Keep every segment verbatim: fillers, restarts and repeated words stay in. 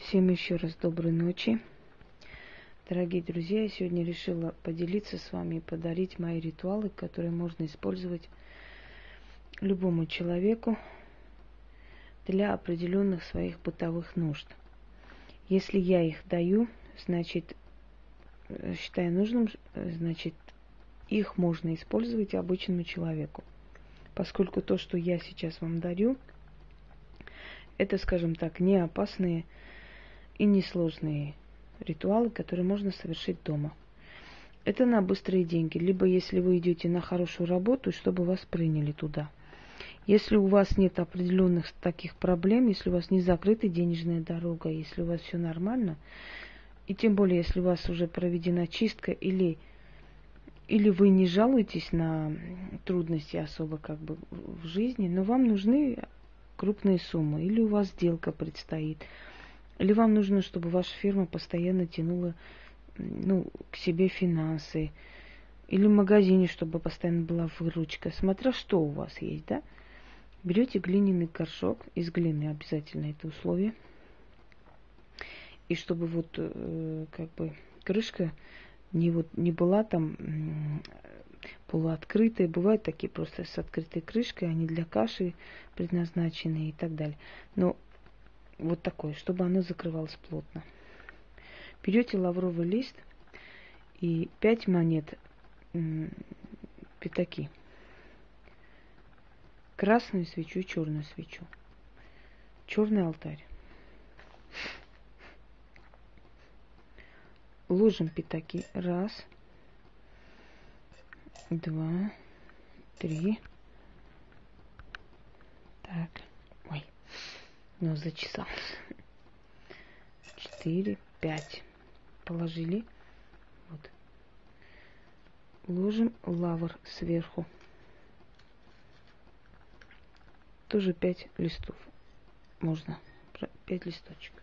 Всем еще раз доброй ночи. Дорогие друзья, я сегодня решила поделиться с вами и подарить мои ритуалы, которые можно использовать любому человеку для определенных своих бытовых нужд. Если я их даю, значит, считаю нужным, значит, их можно использовать обычному человеку. Поскольку то, что я сейчас вам дарю, это, скажем так, не опасные и несложные ритуалы, которые можно совершить дома. Это на быстрые деньги. Либо если вы идете на хорошую работу, чтобы вас приняли туда. Если у вас нет определенных таких проблем, если у вас не закрыта денежная дорога, если у вас все нормально, и тем более, если у вас уже проведена чистка, или, или вы не жалуетесь на трудности особо как бы в жизни, но вам нужны крупные суммы, или у вас сделка предстоит, или вам нужно, чтобы ваша фирма постоянно тянула ну, к себе финансы, или в магазине, чтобы постоянно была выручка, смотря что у вас есть, да? Берете глиняный горшок, из глины обязательно это условие, и чтобы вот э, как бы крышка не, вот, не была там м, полуоткрытая, бывают такие просто с открытой крышкой, они для каши предназначены и так далее. Но вот такое, чтобы оно закрывалось плотно. Берете лавровый лист и пять монет м, пятаки. Красную свечу и черную свечу. Черный алтарь. Ложим пятаки. Раз, два, три. Так. Ой. Ну, зачесалась. Четыре, пять. Положили. Вот. Ложим лавр сверху. Тоже пять листов. Можно. Пять листочек.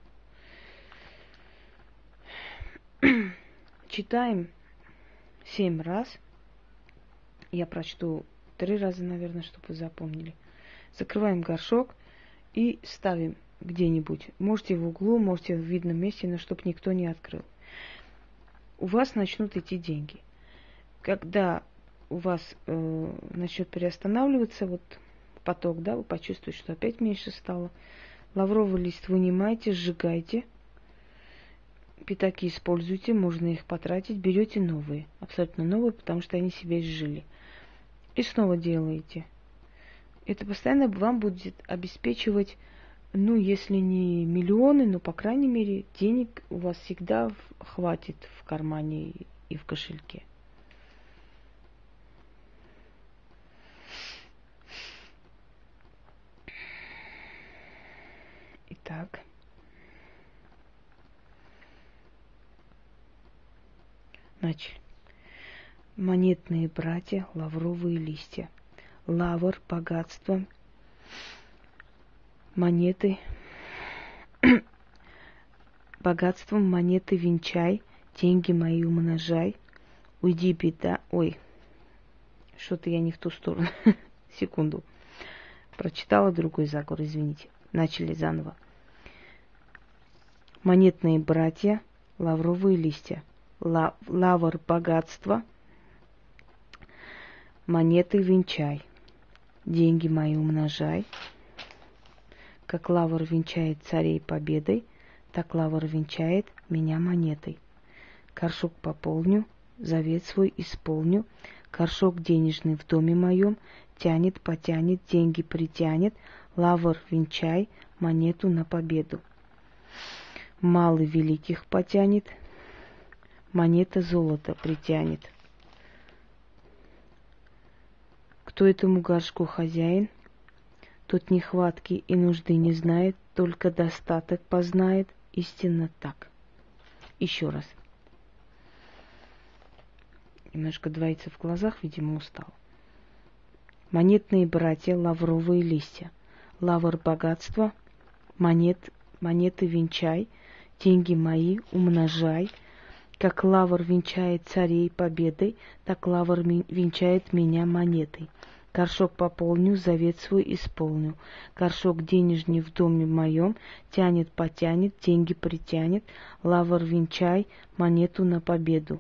Читаем семь раз. Я прочту три раза, наверное, чтобы вы запомнили. Закрываем горшок и ставим где-нибудь. Можете в углу, можете в видном месте, но чтобы никто не открыл. У вас начнут идти деньги. Когда у вас э, начнет переостанавливаться вот поток, да, вы почувствуете, что опять меньше стало. Лавровый лист вынимайте, сжигайте. Пятаки используйте, можно их потратить. Берете новые, абсолютно новые, потому что они себя изжили. И снова делаете. Это постоянно вам будет обеспечивать, ну, если не миллионы, но, по крайней мере, денег у вас всегда хватит в кармане и в кошельке. Итак. Начали. Монетные братья, лавровые листья. Лавр, богатство, монеты, богатством монеты венчай, деньги мои умножай, уйди беда, ой, что-то я не в ту сторону, секунду, прочитала другой заговор, извините, начали заново. Монетные братья, лавровые листья, лавр, богатство, монеты венчай. Деньги мои умножай. Как лавр венчает царей победой, так лавр венчает меня монетой. Горшок пополню, завет свой исполню. Горшок денежный в доме моем тянет, потянет, деньги притянет. Лавр венчай, монету на победу. Малый великих потянет, монета золота притянет. Кто этому горшку хозяин, тот нехватки и нужды не знает, только достаток познает, истинно так. Еще раз. Немножко двоится в глазах, видимо, устал. Монетные братья, лавровые листья. Лавр богатства, монет, монеты венчай, деньги мои умножай. Как лавр венчает царей победой, так лавр венчает меня монетой. Горшок пополню, завет свой исполню. Горшок денежный в доме моем, тянет, потянет, деньги притянет. Лавр венчай, монету на победу.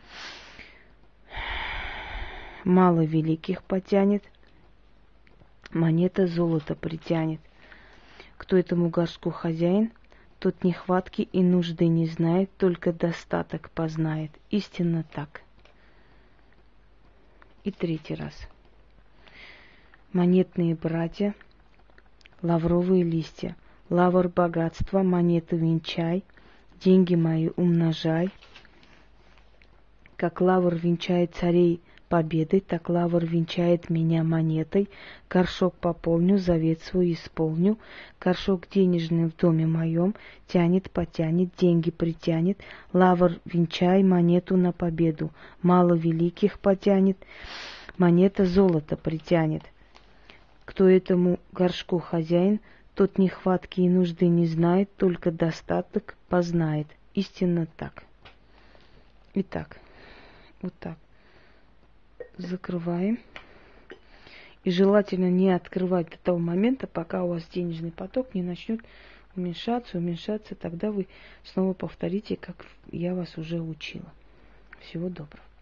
Мало великих потянет, монета золото притянет. Кто этому горшку хозяин, тот нехватки и нужды не знает, только достаток познает. Истинно так. И третий раз. Монетные братья, лавровые листья, лавр богатства, монету венчай, деньги мои умножай. Как лавр венчает царей победой, так лавр венчает меня монетой. Горшок пополню, завет свой исполню. Горшок денежный в доме моем, тянет, потянет, деньги притянет. Лавр венчай, монету на победу. Мало великих потянет, монета золото притянет. Кто этому горшку хозяин, тот нехватки и нужды не знает, только достаток познает. Истинно так. Итак, вот так. Закрываем. И желательно не открывать до того момента, пока у вас денежный поток не начнет уменьшаться, уменьшаться. Тогда вы снова повторите, как я вас уже учила. Всего доброго.